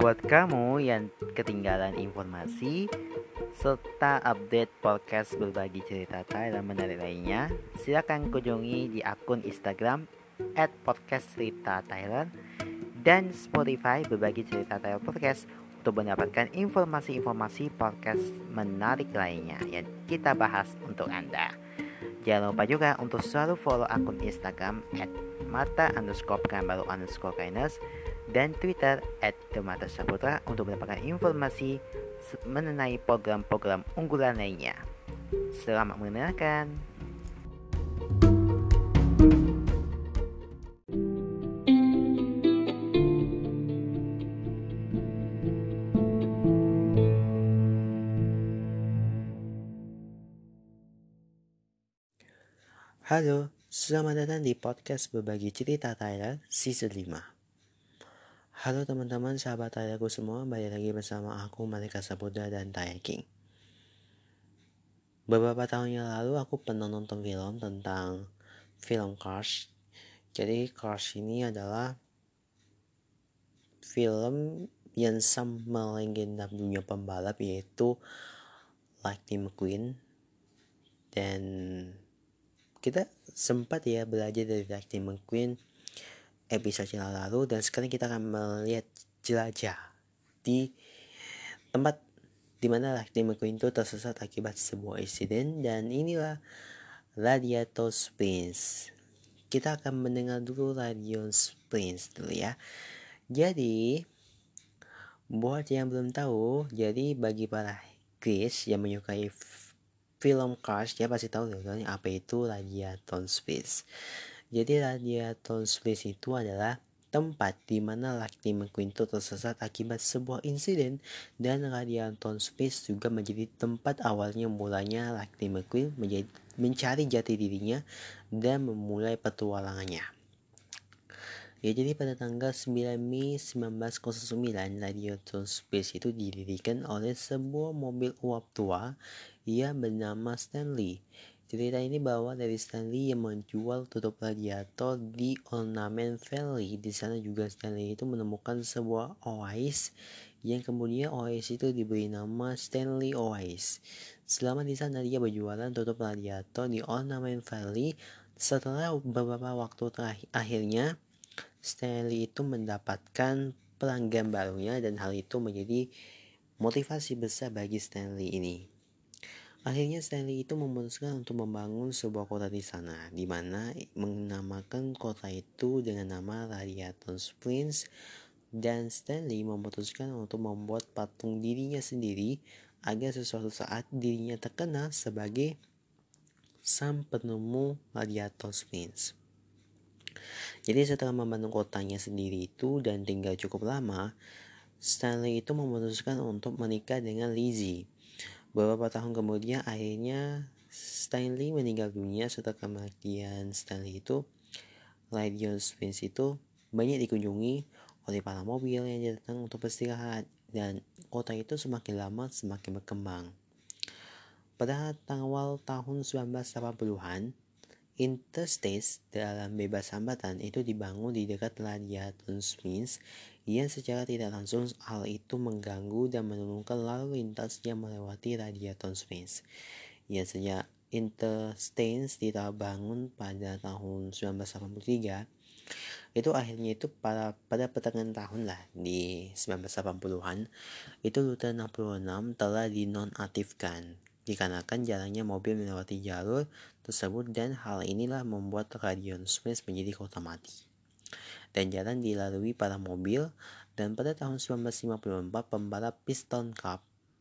Buat kamu yang ketinggalan informasi serta update podcast berbagi cerita Thailand menarik lainnya, silakan kunjungi di akun Instagram @podcastceritathailand dan Spotify berbagi cerita Thailand podcast untuk mendapatkan informasi-informasi podcast menarik lainnya yang kita bahas untuk Anda. Jangan lupa juga untuk selalu follow akun Instagram @mata_gambaru_kindness dan Twitter @thematasaputra untuk mendapatkan informasi mengenai program-program unggulan lainnya. Selamat mendengarkan. Halo, selamat datang di podcast Berbagi Cerita Thailand Season 5. Halo teman-teman, sahabat Thailandku semua, balik lagi bersama aku Malika Saputra dan Thai King. Beberapa tahun yang lalu aku pernah nonton film tentang film Cars. Jadi Cars ini adalah film yang sama legenda dunia pembalap, yaitu Lightning McQueen. Dan kita sempat belajar dari Lightning McQueen episode yang lalu, dan sekarang kita akan melihat jelajah di tempat dimana Lightning McQueen itu tersesat akibat sebuah insiden, dan inilah Radiator Springs. Kita akan mendengar dulu Radiator Springs dulu ya. Jadi buat yang belum tahu, jadi bagi para Chris yang menyukai film Cars, dia pasti tahu apa itu Radiator Springs. Jadi Radiator Springs itu adalah tempat di mana Lightning McQueen itu tersesat akibat sebuah insiden, dan Radiator Springs juga menjadi tempat awalnya mulanya Lightning McQueen mencari jati dirinya dan memulai petualangannya. Jadi pada tanggal 9 Mei 1909, Radiator Springs itu didirikan oleh sebuah mobil uap tua yang bernama Stanley. Cerita ini bawa dari Stanley yang menjual tutup radiator di Ornament Valley. Di sana juga Stanley itu menemukan sebuah oase yang kemudian oase itu diberi nama Stanley Oase. Selama di sana dia berjualan tutup radiator di Ornament Valley. Setelah beberapa waktu akhirnya Stanley itu mendapatkan pelanggan barunya, dan hal itu menjadi motivasi besar bagi Stanley ini. Akhirnya Stanley itu memutuskan untuk membangun sebuah kota di sana, di mana menamakan kota itu dengan nama Radiator Springs, dan Stanley memutuskan untuk membuat patung dirinya sendiri agar sesuatu saat dirinya terkenal sebagai sang penemu Radiator Springs. Jadi setelah membangun kotanya sendiri itu dan tinggal cukup lama, Stanley itu memutuskan untuk menikah dengan Lizzie. Beberapa tahun kemudian akhirnya Stanley meninggal dunia. Setelah kematian Stanley itu, Radiator Springs itu banyak dikunjungi oleh para mobil yang datang untuk beristirahat, dan kota itu semakin lama semakin berkembang. Pada tanggal tahun 1980-an, Interstate dalam bebas hambatan itu dibangun di dekat Radiator Springs, yang secara tidak langsung hal itu mengganggu dan menurunkan lalu lintas yang melewati Radiator Springs. Sejak Interstate dibangun pada tahun 1983, itu akhirnya itu pada pertengahan tahun lah di 1980-an, itu rute 66 telah dinonaktifkan dikarenakan jarangnya mobil melewati jalur tersebut, dan hal inilah membuat Radiator Springs menjadi kota mati dan jarang dilalui para mobil. Dan pada tahun 1954, pembalap Piston Cup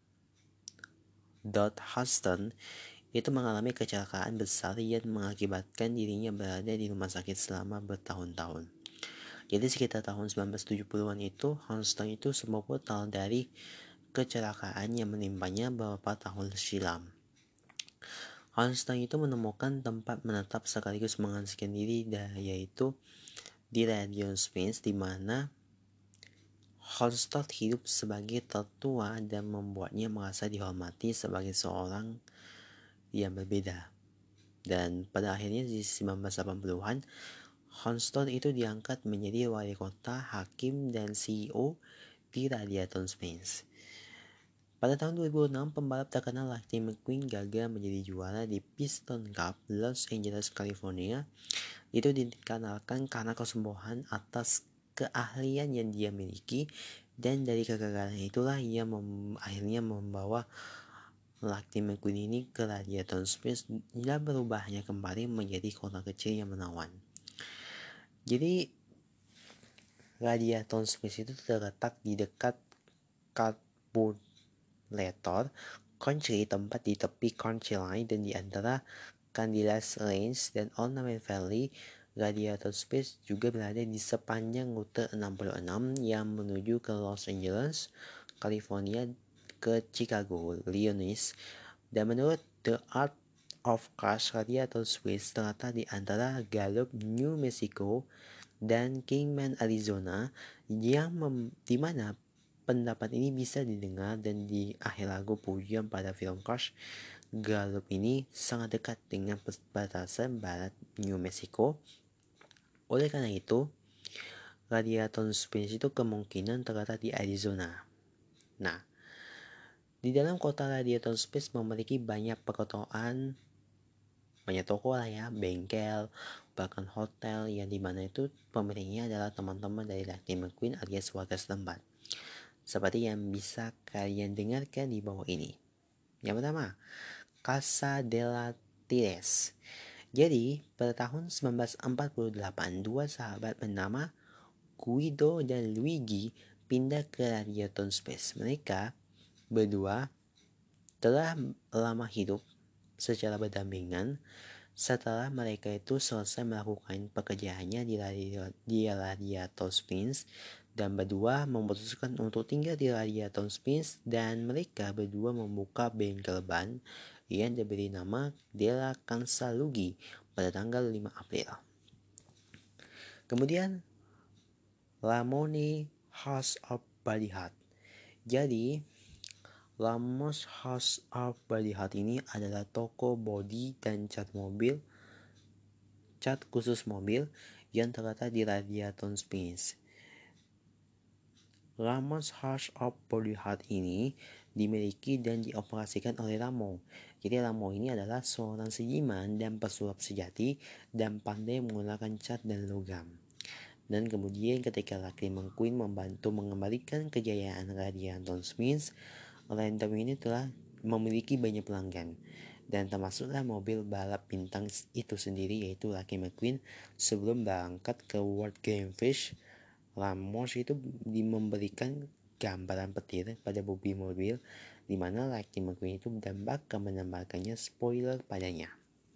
Dot Huston itu mengalami kecelakaan besar yang mengakibatkan dirinya berada di rumah sakit selama bertahun-tahun. Jadi sekitar tahun 1970-an itu, Huston itu sembuh total dari kecelakaan yang menimpanya beberapa tahun silam. Huston itu menemukan tempat menetap sekaligus mengasingkan diri, yaitu di Radiator Springs, di mana Huston hidup sebagai tertua dan membuatnya merasa dihormati sebagai seorang yang berbeda. Dan pada akhirnya di 1980-an, Huston itu diangkat menjadi wali kota, hakim, dan CEO di Radiator Springs. Pada tahun 2006, pembalap terkenal Lightning McQueen gagal menjadi juara di Piston Cup Los Angeles, California. Itu dikenalkan karena kesembuhan atas keahlian yang dia miliki, dan dari kegagalan itulah ia akhirnya membawa Lightning McQueen ini ke Radiator Springs dan berubahnya kembali menjadi kota kecil yang menawan. Jadi Radiator Springs itu terletak di dekat Carburetor Country, tempat di tepi Country Line dan di antara Candilas Range dan Ornament Valley. Radiator Springs juga berada di sepanjang rute 66 yang menuju ke Los Angeles, California, ke Chicago, Illinois. Dan menurut The Art of Cars, Radiator Springs terletak di antara Gallup, New Mexico, dan Kingman, Arizona, yang di mana pendapat ini bisa didengar dan di akhir lagu pujian pada film Cars. Gallup ini sangat dekat dengan perbatasan barat New Mexico. Oleh karena itu, Radiator Springs itu kemungkinan terletak di Arizona. Nah, di dalam kota Radiator Springs memiliki banyak perkotaan, banyak toko lah ya, bengkel, bahkan hotel yang dimana itu pemiliknya adalah teman-teman dari Lightning McQueen alias warga setempat. Seperti yang bisa kalian dengarkan di bawah ini. Yang pertama, Casa de la Tires. Jadi, pada tahun 1948, dua sahabat bernama Guido dan Luigi pindah ke Radiator Springs. Mereka berdua telah lama hidup secara berdampingan setelah mereka itu selesai melakukan pekerjaannya di Radiator Springs, dan berdua memutuskan untuk tinggal di Radiator Springs, dan mereka berdua membuka bengkel ban yang diberi nama Della Cansalugi pada tanggal 5 April. Kemudian Lamone House of Body Art. Jadi Lamo's House of Body Art ini adalah toko body dan cat khusus mobil yang terletak di Radiator Springs. Lamo's House of Body Art ini dimiliki dan dioperasikan oleh Lamo. Jadi Lamo ini adalah seorang seniman dan pesulap sejati dan pandai menggunakan cat dan logam. Dan kemudian ketika Lightning McQueen membantu mengembalikan kejayaan Radiator Springs, Lightning ini telah memiliki banyak pelanggan, dan termasuklah mobil balap bintang itu sendiri, yaitu Lightning McQueen. Sebelum berangkat ke World Game Fish, Lamos itu memberikan gambaran petir pada mobil di mana Lightning McQueen itu bahkan menambahkannya spoiler padanya.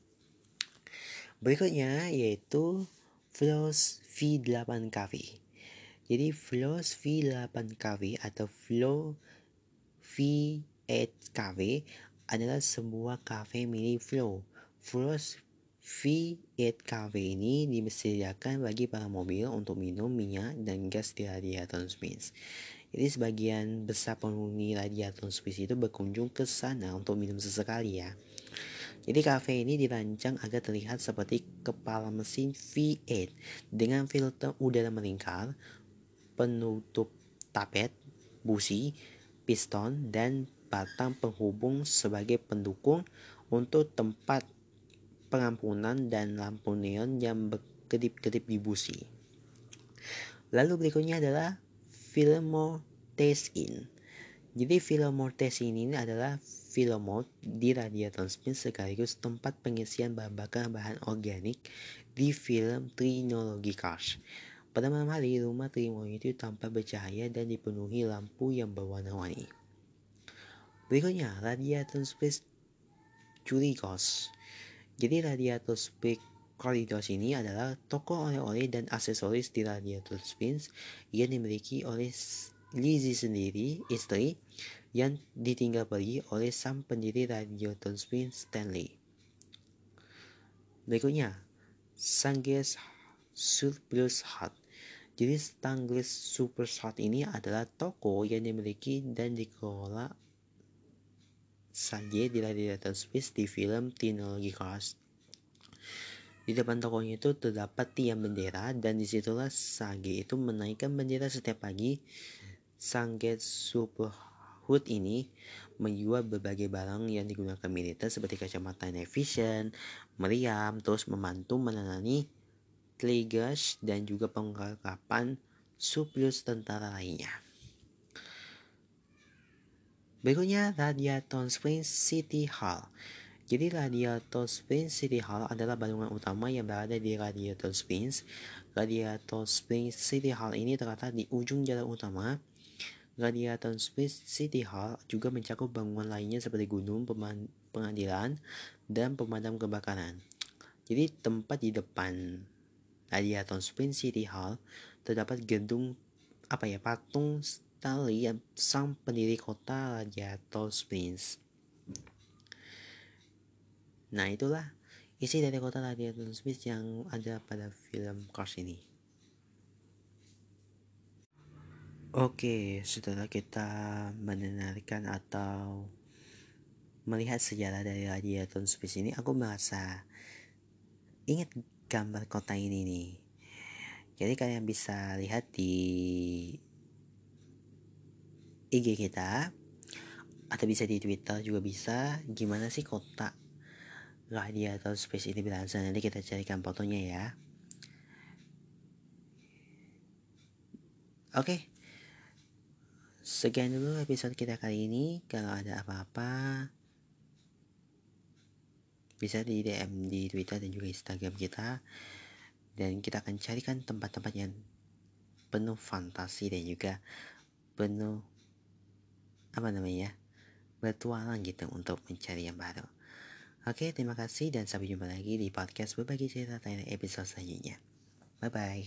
Berikutnya yaitu Flos V8 Cafe. Jadi Flos V8 Cafe atau Flo V8 Cafe adalah sebuah kafe milik Flos V8 Cafe ini disediakan bagi para mobil untuk minum minyak dan gas di Radiator Springs. Jadi sebagian besar penghuni Radiator Springs itu berkunjung ke sana untuk minum sesekali ya. Jadi kafe ini dirancang agar terlihat seperti kepala mesin V8 dengan filter udara melingkar, penutup tapet, busi, piston, dan batang penghubung sebagai pendukung untuk tempat pengampunan dan lampu neon yang berkedip-kedip di busi. Lalu berikutnya adalah Fillmore Taste Inn. Jadi Fillmore Taste Inn ini adalah Fillmore di Radiator Springs sekaligus tempat pengisian bahan bakar bahan organik di film Trilogy Cars. Pada malam hari, rumah Trilogy itu tampak bercahaya dan dipenuhi lampu yang berwarna-warni. Berikutnya, Radiator Springs Churrigos. Jadi Radiator Springs Churrigos ini adalah toko oleh-oleh dan aksesoris di Radiator Springs yang dimiliki oleh Lizzie sendiri, istri, yang ditinggal pergi oleh sang pendiri Radiator Springs, Stanley. Berikutnya, Stangles Surplus Hut. Jadi Stangles Surplus Hut ini adalah toko yang dimiliki dan dikelola saja di Radiator Springs di film Trilogy Cars. Di depan tokonya itu terdapat tiang bendera, dan disitulah Sage itu menaikkan bendera setiap pagi Sangget Superhood ini menjual berbagai barang yang digunakan militer seperti kacamata night vision, meriam, terus membantu menangani Tlaigas dan juga pengungkapan surplus tentara lainnya. Berikutnya Radiator Springs City Hall. Jadi Radiator Springs City Hall adalah bangunan utama yang berada di Radiator Springs. Radiator Springs City Hall ini terletak di ujung jalan utama. Radiator Springs City Hall juga mencakup bangunan lainnya seperti gedung pengadilan dan pemadam kebakaran. Jadi tempat di depan Radiator Springs City Hall terdapat gedung patung Stanley sang pendiri kota Radiator Springs. Nah, itulah isi dari kota Radiator Springs yang ada pada film Cars ini. Oke, setelah kita mendengarkan atau melihat sejarah dari Radiator Springs ini, aku merasa ingat gambar kota ini nih. Jadi kalian bisa lihat di IG kita atau bisa di Twitter juga bisa, gimana sih kota Radiator Springs ini berasal. Nanti kita carikan fotonya ya. Oke, sekian dulu episode kita kali ini. Kalau ada apa-apa bisa di DM di Twitter dan juga Instagram kita, dan kita akan carikan tempat-tempat yang penuh fantasi dan juga penuh bertualang gitu untuk mencari yang baru. Oke, terima kasih dan sampai jumpa lagi di podcast Berbagi Cerita Thailand episode selanjutnya. Bye bye.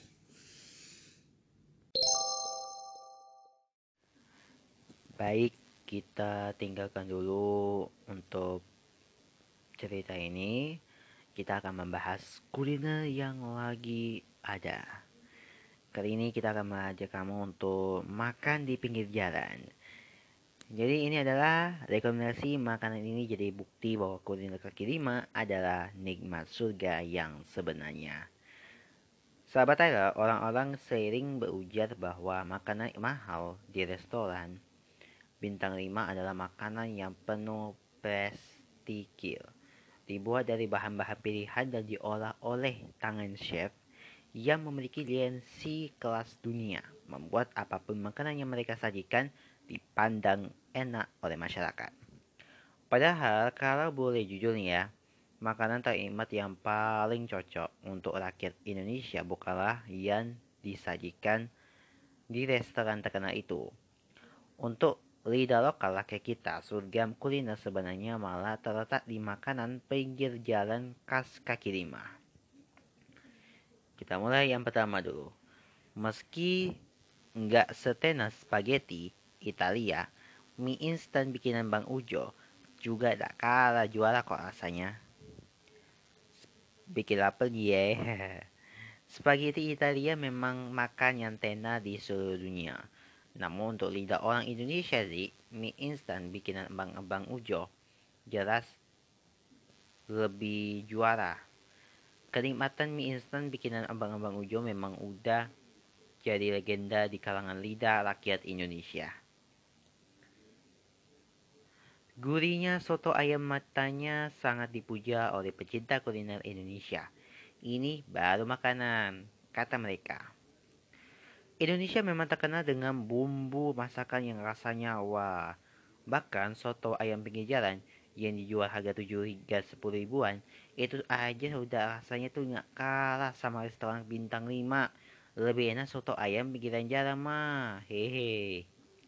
Baik, kita tinggalkan dulu untuk cerita ini. Kita akan membahas kuliner yang lagi ada. Kali ini kita akan mengajak kamu untuk makan di pinggir jalan. Jadi ini adalah rekomendasi makanan ini jadi bukti bahwa kuliner kaki lima adalah nikmat surga yang sebenarnya. Sahabat Tyler, orang-orang sering berujar bahwa makanan mahal di restoran bintang 5 adalah makanan yang penuh prestigil, dibuat dari bahan-bahan pilihan dan diolah oleh tangan chef yang memiliki lisensi kelas dunia, membuat apapun makanan yang mereka sajikan dipandang enak oleh masyarakat. Padahal kalau boleh jujur nih ya, makanan ternikmat yang paling cocok untuk rakyat Indonesia bukanlah yang disajikan di restoran terkenal itu. Untuk lidah lokal rakyat kita, surga kuliner sebenarnya malah terletak di makanan pinggir jalan khas kaki lima. Kita mulai yang pertama dulu. Meski nggak setenas spaghetti Italia, mie instan bikinan Bang Ujo juga tak kalah juara kok rasanya. Bikin lapar ya. Spaghetti Italia memang makan yang tenar di seluruh dunia. Namun untuk lidah orang Indonesia sih, mie instan bikinan abang-abang Ujo jelas lebih juara. Kenikmatan mie instan bikinan abang-abang Ujo memang udah jadi legenda di kalangan lidah rakyat Indonesia. Gurihnya soto ayam matanya sangat dipuja oleh pecinta kuliner Indonesia. Ini baru makanan, kata mereka. Indonesia memang terkenal dengan bumbu masakan yang rasanya wah. Bahkan soto ayam pinggir jalan yang dijual harga 7 hingga 10 ribuan, itu aja udah rasanya tuh gak kalah sama restoran bintang 5. Lebih enak soto ayam pinggiran jalan mah. Hehe.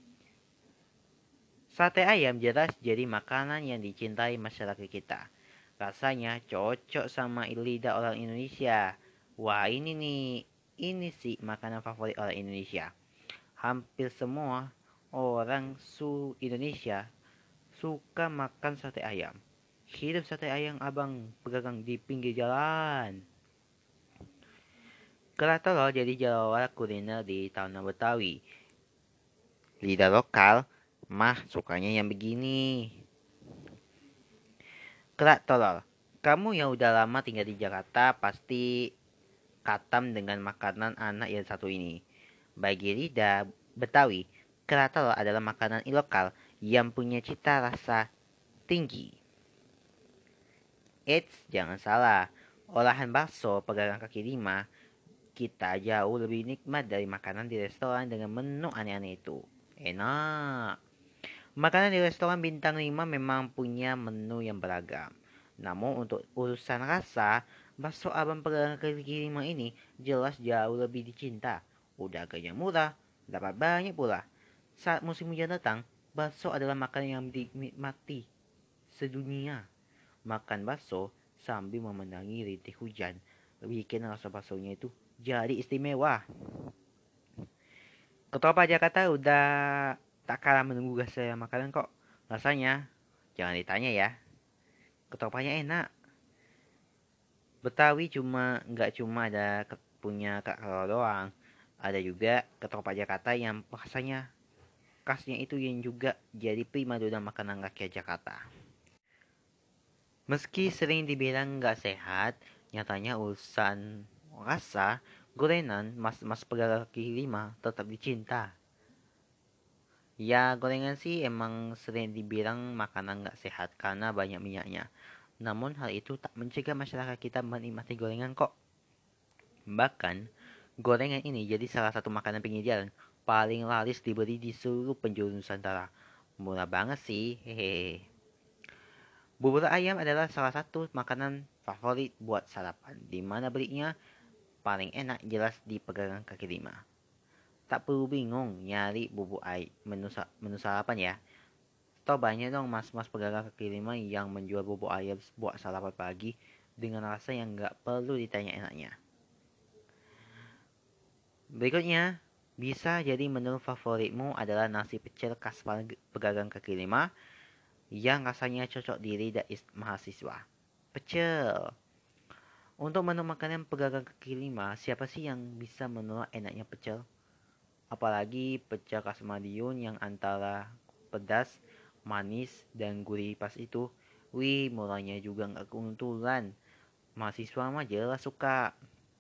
Sate ayam jelas jadi makanan yang dicintai masyarakat kita. Rasanya cocok sama lidah orang Indonesia. Wah ini sih makanan favorit orang Indonesia. Hampir semua orang Indonesia suka makan sate ayam. Hidup sate ayam abang pedagang di pinggir jalan. Kerak telur jadi jawara kuliner di tanah Betawi. Lidah lokal mah sukanya yang begini. Kerak telur. Kamu yang udah lama tinggal di Jakarta pasti katam dengan makanan anak yang satu ini. Bagi lidah Betawi, kerak telur adalah makanan lokal yang punya cita rasa tinggi. Eits, jangan salah. Olahan bakso pedagang kaki lima kita jauh lebih nikmat dari makanan di restoran dengan menu aneh-aneh itu. Enak. Makanan di restoran bintang 5 memang punya menu yang beragam. Namun untuk urusan rasa, bakso abang pedagang kaki lima ini jelas jauh lebih dicinta. Udah harganya murah, dapat banyak pula. Saat musim hujan datang, bakso adalah makanan yang dinikmati sedunia. Makan bakso sambil memandangi rintik hujan bikin rasa baksonya itu jadi istimewa. Ketoprak Jakarta udah tak kalah menunggu saya makanan kok. Rasanya jangan ditanya ya. Ketopraknya enak. Betawi nggak cuma ada punya Kak Karo doang. Ada juga ketoprak Jakarta yang rasanya khasnya itu yang juga jadi primadona makanan rakyat Jakarta. Meski sering dibilang nggak sehat, nyatanya urusan rasa, gorengan mas pedagang kaki lima tetap dicinta. Ya, gorengan sih emang sering dibilang makanan nggak sehat karena banyak minyaknya. Namun hal itu tak mencegah masyarakat kita menikmati gorengan kok. Bahkan, gorengan ini jadi salah satu makanan pinggir jalan paling laris dibeli di seluruh penjuru Nusantara. Murah banget sih, hehehe. Bubur ayam adalah salah satu makanan favorit buat sarapan, di mana belinya paling enak jelas di pedagang kaki lima. Tak perlu bingung nyari bubur ayam menu sarapan ya. Toh banyak dong mas-mas pedagang kaki lima yang menjual bubur ayam buat sarapan pagi dengan rasa yang nggak perlu ditanya enaknya. Berikutnya, bisa jadi menu favoritmu adalah nasi pecel khas pedagang kaki lima yang rasanya cocok di lidah mahasiswa. Pecel. Untuk menu makanan pedagang kaki lima, siapa sih yang bisa menolak enaknya pecel? Apalagi pecel khas Madiun yang antara pedas, manis, dan gurih pas itu. Wih, mulanya juga nggak keuntulan. Mahasiswa mah jelas suka.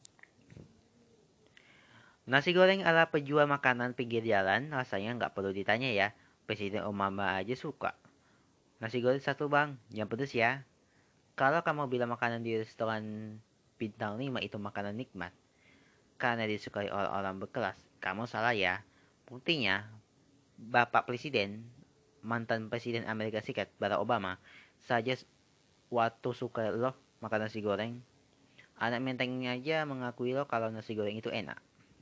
Nasi goreng ala penjual makanan pinggir jalan rasanya nggak perlu ditanya ya. Presiden Obama aja suka. Nasi goreng satu bang, yang pedes ya. Kalau kamu bilang makanan di restoran bintang 5 itu makanan nikmat, karena disukai orang-orang berkelas, kamu salah ya. Buktinya, Bapak Presiden, mantan Presiden Amerika Serikat, Barack Obama, saja waktu suka loh makan nasi goreng. Anak mentengnya aja mengakui loh kalau nasi goreng itu enak.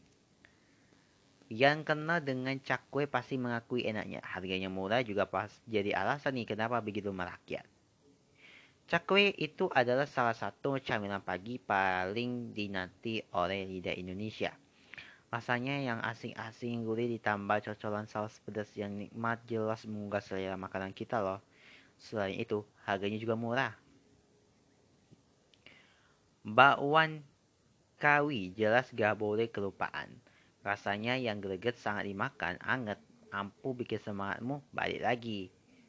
Yang kenal dengan cakwe pasti mengakui enaknya. Harganya murah juga pas jadi alasan nih kenapa begitu merakyat. Cakwe itu adalah salah satu camilan pagi paling dinanti oleh lidah Indonesia. Rasanya yang asing-asing gurih ditambah cocolan saus pedas yang nikmat jelas menggugah selera makanan kita loh. Selain itu, harganya juga murah. Bakwan Kawi jelas gak boleh kelupaan. Rasanya yang greget sangat dimakan, anget, ampuh bikin semangatmu balik lagi.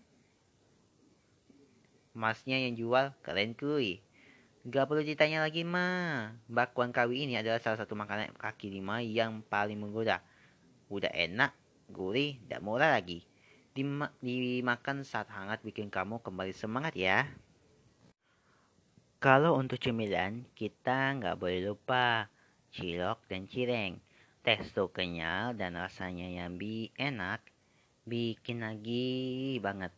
Masnya yang jual keren kuy. Gak perlu ditanya lagi mah. Bakwan Kawi ini adalah salah satu makanan kaki lima yang paling menggoda. Udah enak, gurih, dan murah lagi. Dimakan saat hangat bikin kamu kembali semangat ya. Kalau untuk cemilan, kita nggak boleh lupa cilok dan cireng. Tekstur kenyal dan rasanya yang enak, bikin lagi banget.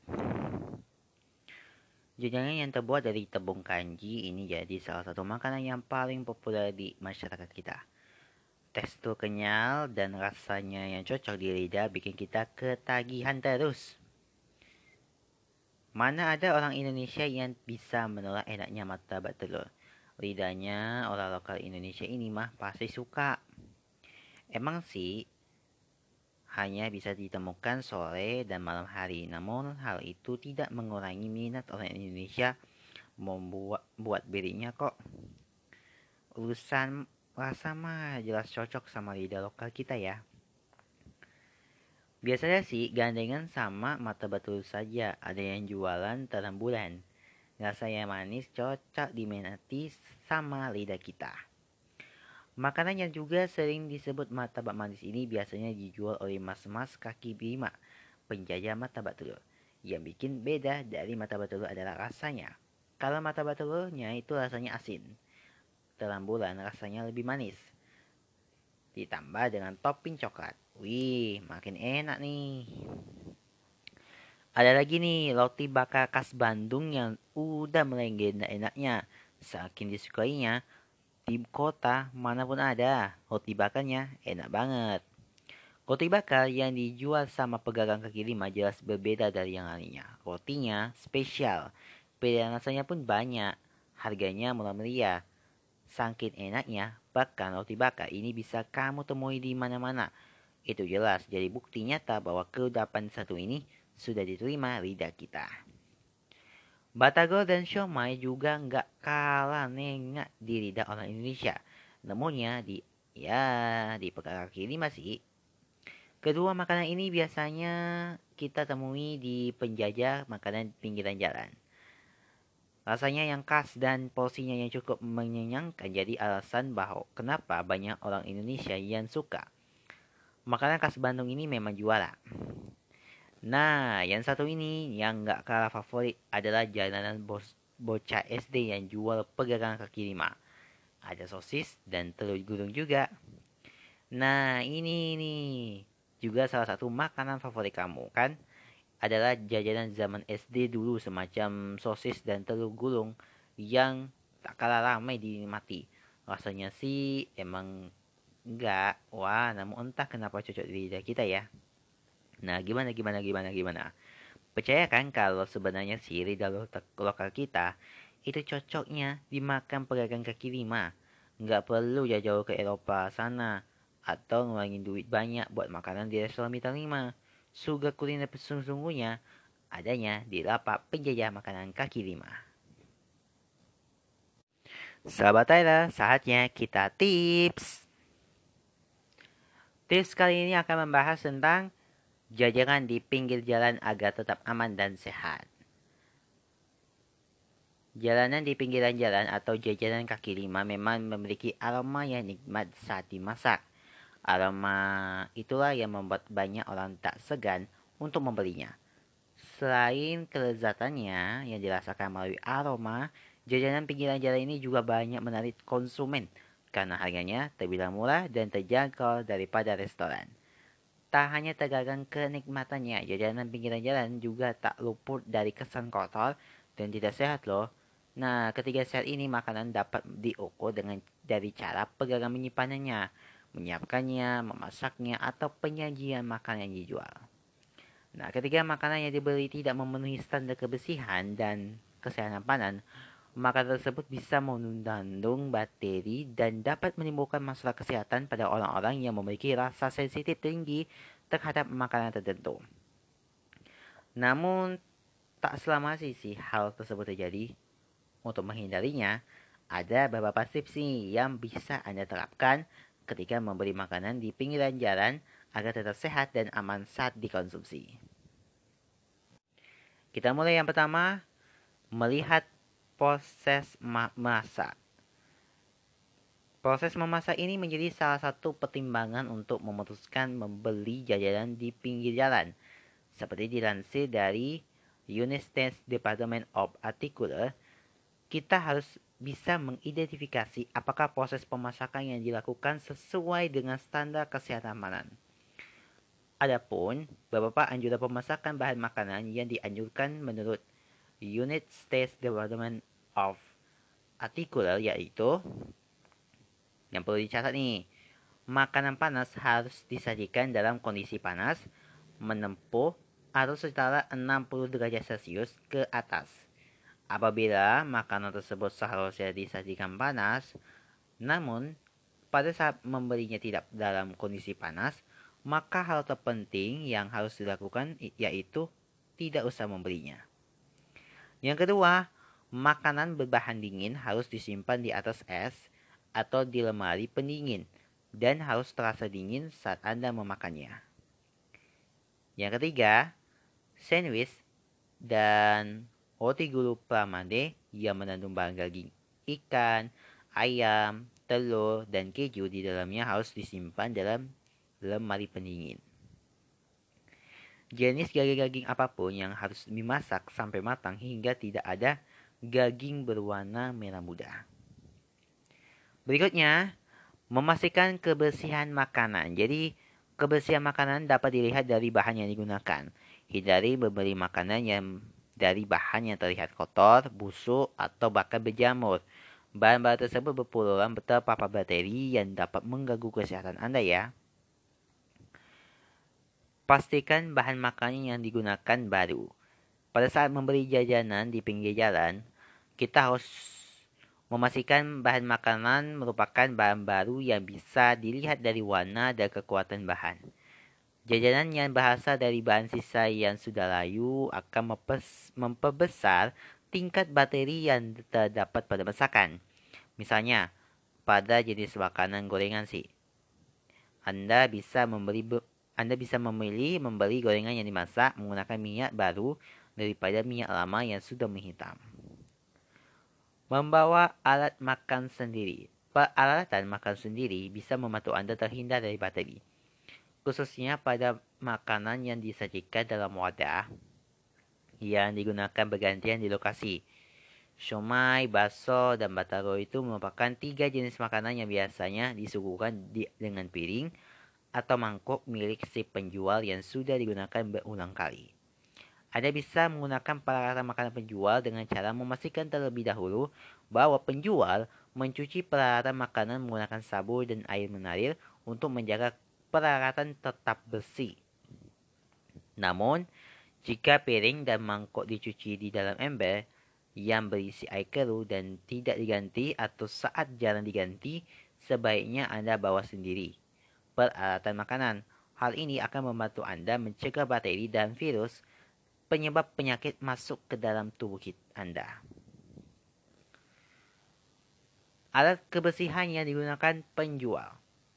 Jajanan yang terbuat dari tepung kanji ini jadi salah satu makanan yang paling populer di masyarakat kita. Tekstur kenyal dan rasanya yang cocok di lidah bikin kita ketagihan terus. Mana ada orang Indonesia yang bisa menolak enaknya martabak telur? Lidahnya orang lokal Indonesia ini mah pasti suka. Emang sih hanya bisa ditemukan sore dan malam hari. Namun hal itu tidak mengurangi minat orang Indonesia membuat birinya kok. Urusan rasa mah jelas cocok sama lidah lokal kita ya. Biasanya sih gandengan sama martabak telur saja. Ada yang jualan terang bulan. Rasanya manis cocok diminati sama lidah kita. Makanan yang juga sering disebut martabak manis ini biasanya dijual oleh mas-mas kaki lima, penjajah martabak telur. Yang bikin beda dari martabak telur adalah rasanya. Kalau martabak telurnya itu rasanya asin, terang bulan rasanya lebih manis, ditambah dengan topping coklat. Wih, makin enak nih. Ada lagi nih, roti bakar khas Bandung yang udah melegenda enaknya. Saking disukainya, di kota manapun ada, roti bakarnya enak banget. Roti bakar yang dijual sama pedagang kaki lima jelas berbeda dari yang lainnya. Rotinya spesial, pilihan rasanya pun banyak, harganya murah meriah. Saking enaknya, bahkan roti bakar ini bisa kamu temui di mana-mana. Itu jelas jadi bukti nyata bahwa keudapan satu ini sudah diterima lidah kita. Batagor dan siomay juga nggak kalah nengak di lidah orang Indonesia. Namunnya di pedagang kaki lima sih. Kedua makanan ini biasanya kita temui di penjajah makanan pinggiran jalan. Rasanya yang khas dan porsinya yang cukup mengenyangkan jadi alasan bahwa kenapa banyak orang Indonesia yang suka. Makanan khas Bandung ini memang juara. Nah, yang satu ini yang nggak kalah favorit adalah jalanan bocah SD yang jual pegangan kaki lima. Ada sosis dan telur gulung juga. Nah, ini nih juga salah satu makanan favorit kamu kan? Adalah jajanan zaman SD dulu semacam sosis dan telur gulung yang tak kalah ramai dinikmati. Rasanya sih emang enggak. Wah, namun entah kenapa cocok di lidah kita ya. Nah, gimana? Percaya kan kalau sebenarnya si lidah lokal kita itu cocoknya dimakan pedagang kaki lima. Nggak perlu jauh-jauh ke Eropa sana atau ngeluarin duit banyak buat makanan di restoran bintang 5. Surga kuliner sesungguhnya adanya di lapak penjajah makanan kaki lima. Sahabat Tyler, saatnya kita tips. Tips kali ini akan membahas tentang jajanan di pinggir jalan agar tetap aman dan sehat. Jalanan di pinggiran jalan atau jajanan kaki lima memang memiliki aroma yang nikmat saat dimasak. Aroma itulah yang membuat banyak orang tak segan untuk membelinya. Selain kelezatannya yang dirasakan melalui aroma, jajanan pinggiran jalan ini juga banyak menarik konsumen karena harganya terbilang murah dan terjangkau daripada restoran. Tak hanya tergantung kenikmatannya, jajanan pinggiran jalan juga tak luput dari kesan kotor dan tidak sehat loh. Nah, ketiga sehat ini makanan dapat diukur dari cara pedagang menyimpannya, menyiapkannya, memasaknya, atau penyajian makanan yang dijual. Nah, ketika makanan yang dibeli tidak memenuhi standar kebersihan dan kesehatan panan, maka tersebut bisa mengandung bakteri dan dapat menimbulkan masalah kesehatan pada orang-orang yang memiliki rasa sensitif tinggi terhadap makanan tertentu. Namun, tak selama sih hal tersebut terjadi. Untuk menghindarinya, ada beberapa tips nih yang bisa Anda terapkan ketika membeli makanan di pinggiran jalan agar tetap sehat dan aman saat dikonsumsi. Kita mulai yang pertama, melihat proses memasak. Proses memasak ini menjadi salah satu pertimbangan untuk memutuskan membeli jajanan di pinggir jalan. Seperti dilansir dari United States Department of Agriculture, kita harus bisa mengidentifikasi apakah proses pemasakan yang dilakukan sesuai dengan standar kesehatan makanan. Adapun beberapa anjuran pemasakan bahan makanan yang dianjurkan menurut United States Department of Agriculture yaitu yang perlu dicatat nih, makanan panas harus disajikan dalam kondisi panas, menempuh atau setara 60 derajat Celcius ke atas. Apabila makanan tersebut seharusnya disajikan panas, namun pada saat membelinya tidak dalam kondisi panas, maka hal terpenting yang harus dilakukan yaitu tidak usah membelinya. Yang kedua, makanan berbahan dingin harus disimpan di atas es atau di lemari pendingin dan harus terasa dingin saat Anda memakannya. Yang ketiga, sandwich dan roti gulu plamade yang mengandung bahan daging ikan, ayam, telur, dan keju di dalamnya harus disimpan dalam lemari pendingin. Jenis daging-daging apapun yang harus dimasak sampai matang hingga tidak ada daging berwarna merah muda. Berikutnya, memastikan kebersihan makanan. Jadi, kebersihan makanan dapat dilihat dari bahan yang digunakan. Hindari membeli makanan yang dari bahan yang terlihat kotor, busuk, atau bahkan berjamur. Bahan-bahan tersebut berpeluang terpapar bakteri yang dapat mengganggu kesehatan Anda ya. Pastikan bahan makanan yang digunakan baru. Pada saat membeli jajanan di pinggir jalan, kita harus memastikan bahan makanan merupakan bahan baru yang bisa dilihat dari warna dan kekuatan bahan. Jajanan yang berasal dari bahan sisa yang sudah layu akan memperbesar tingkat bakteri yang terdapat pada masakan. Misalnya, pada jenis makanan gorengan sih. Anda bisa memilih membeli gorengan yang dimasak menggunakan minyak baru daripada minyak lama yang sudah menghitam. Membawa alat makan sendiri. Peralatan makan sendiri bisa membantu Anda terhindar dari bakteri, khususnya pada makanan yang disajikan dalam wadah yang digunakan bergantian di lokasi. Siomay, bakso, dan batagor itu merupakan 3 jenis makanan yang biasanya disuguhkan dengan piring atau mangkuk milik si penjual yang sudah digunakan berulang kali. Anda bisa menggunakan peralatan makanan penjual dengan cara memastikan terlebih dahulu bahwa penjual mencuci peralatan makanan menggunakan sabun dan air mengalir untuk menjaga peralatan tetap bersih. Namun, jika piring dan mangkuk dicuci di dalam ember yang berisi air keruh dan tidak diganti atau saat jarang diganti, sebaiknya Anda bawa sendiri peralatan makanan. Hal ini akan membantu Anda mencegah bakteri dan virus penyebab penyakit masuk ke dalam tubuh Anda. Alat kebersihan yang digunakan penjual.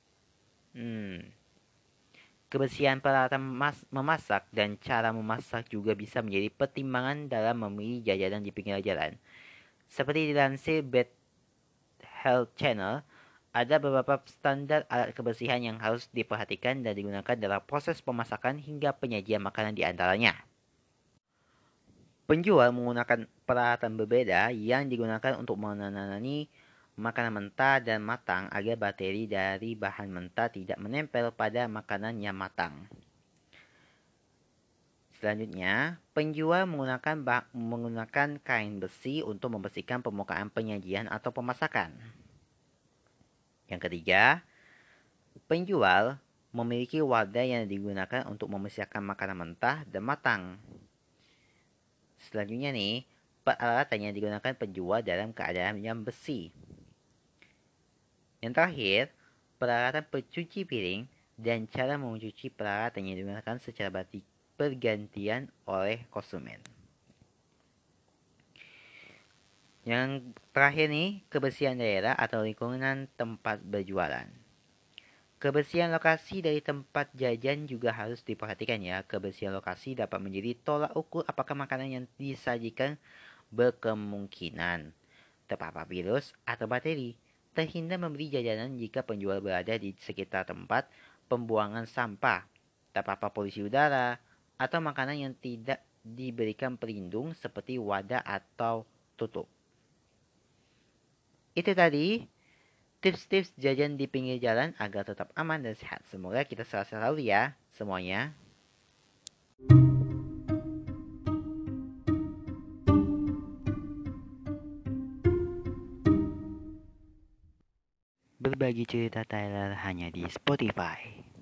Kebersihan peralatan memasak dan cara memasak juga bisa menjadi pertimbangan dalam memilih jajanan di pinggir jalan. Seperti dilansir Bad Health Channel, ada beberapa standar alat kebersihan yang harus diperhatikan dan digunakan dalam proses pemasakan hingga penyajian makanan di antaranya. Penjual menggunakan peralatan berbeda yang digunakan untuk menanani makanan mentah dan matang agar bakteri dari bahan mentah tidak menempel pada makanan yang matang. Selanjutnya, penjual menggunakan kain besi untuk membersihkan permukaan penyajian atau pemasakan. Yang ketiga, penjual memiliki wadah yang digunakan untuk membersihkan makanan mentah dan matang. Selanjutnya nih, peralatan yang digunakan penjual dalam keadaan yang bersih. Yang terakhir, peralatan pencuci piring dan cara mencuci peralatan yang digunakan secara bergantian oleh konsumen. Yang terakhir nih, kebersihan daerah atau lingkungan tempat berjualan. Kebersihan lokasi dari tempat jajan juga harus diperhatikan ya. Kebersihan lokasi dapat menjadi tolak ukur apakah makanan yang disajikan berkemungkinan terpapar virus atau bakteri. Terhindar membeli jajanan jika penjual berada di sekitar tempat pembuangan sampah, terpapar polusi udara, atau makanan yang tidak diberikan pelindung seperti wadah atau tutup. Itu tadi tips-tips jajan di pinggir jalan agar tetap aman dan sehat. Semoga kita sehat selalu ya semuanya. Berbagi cerita Tyler hanya di Spotify.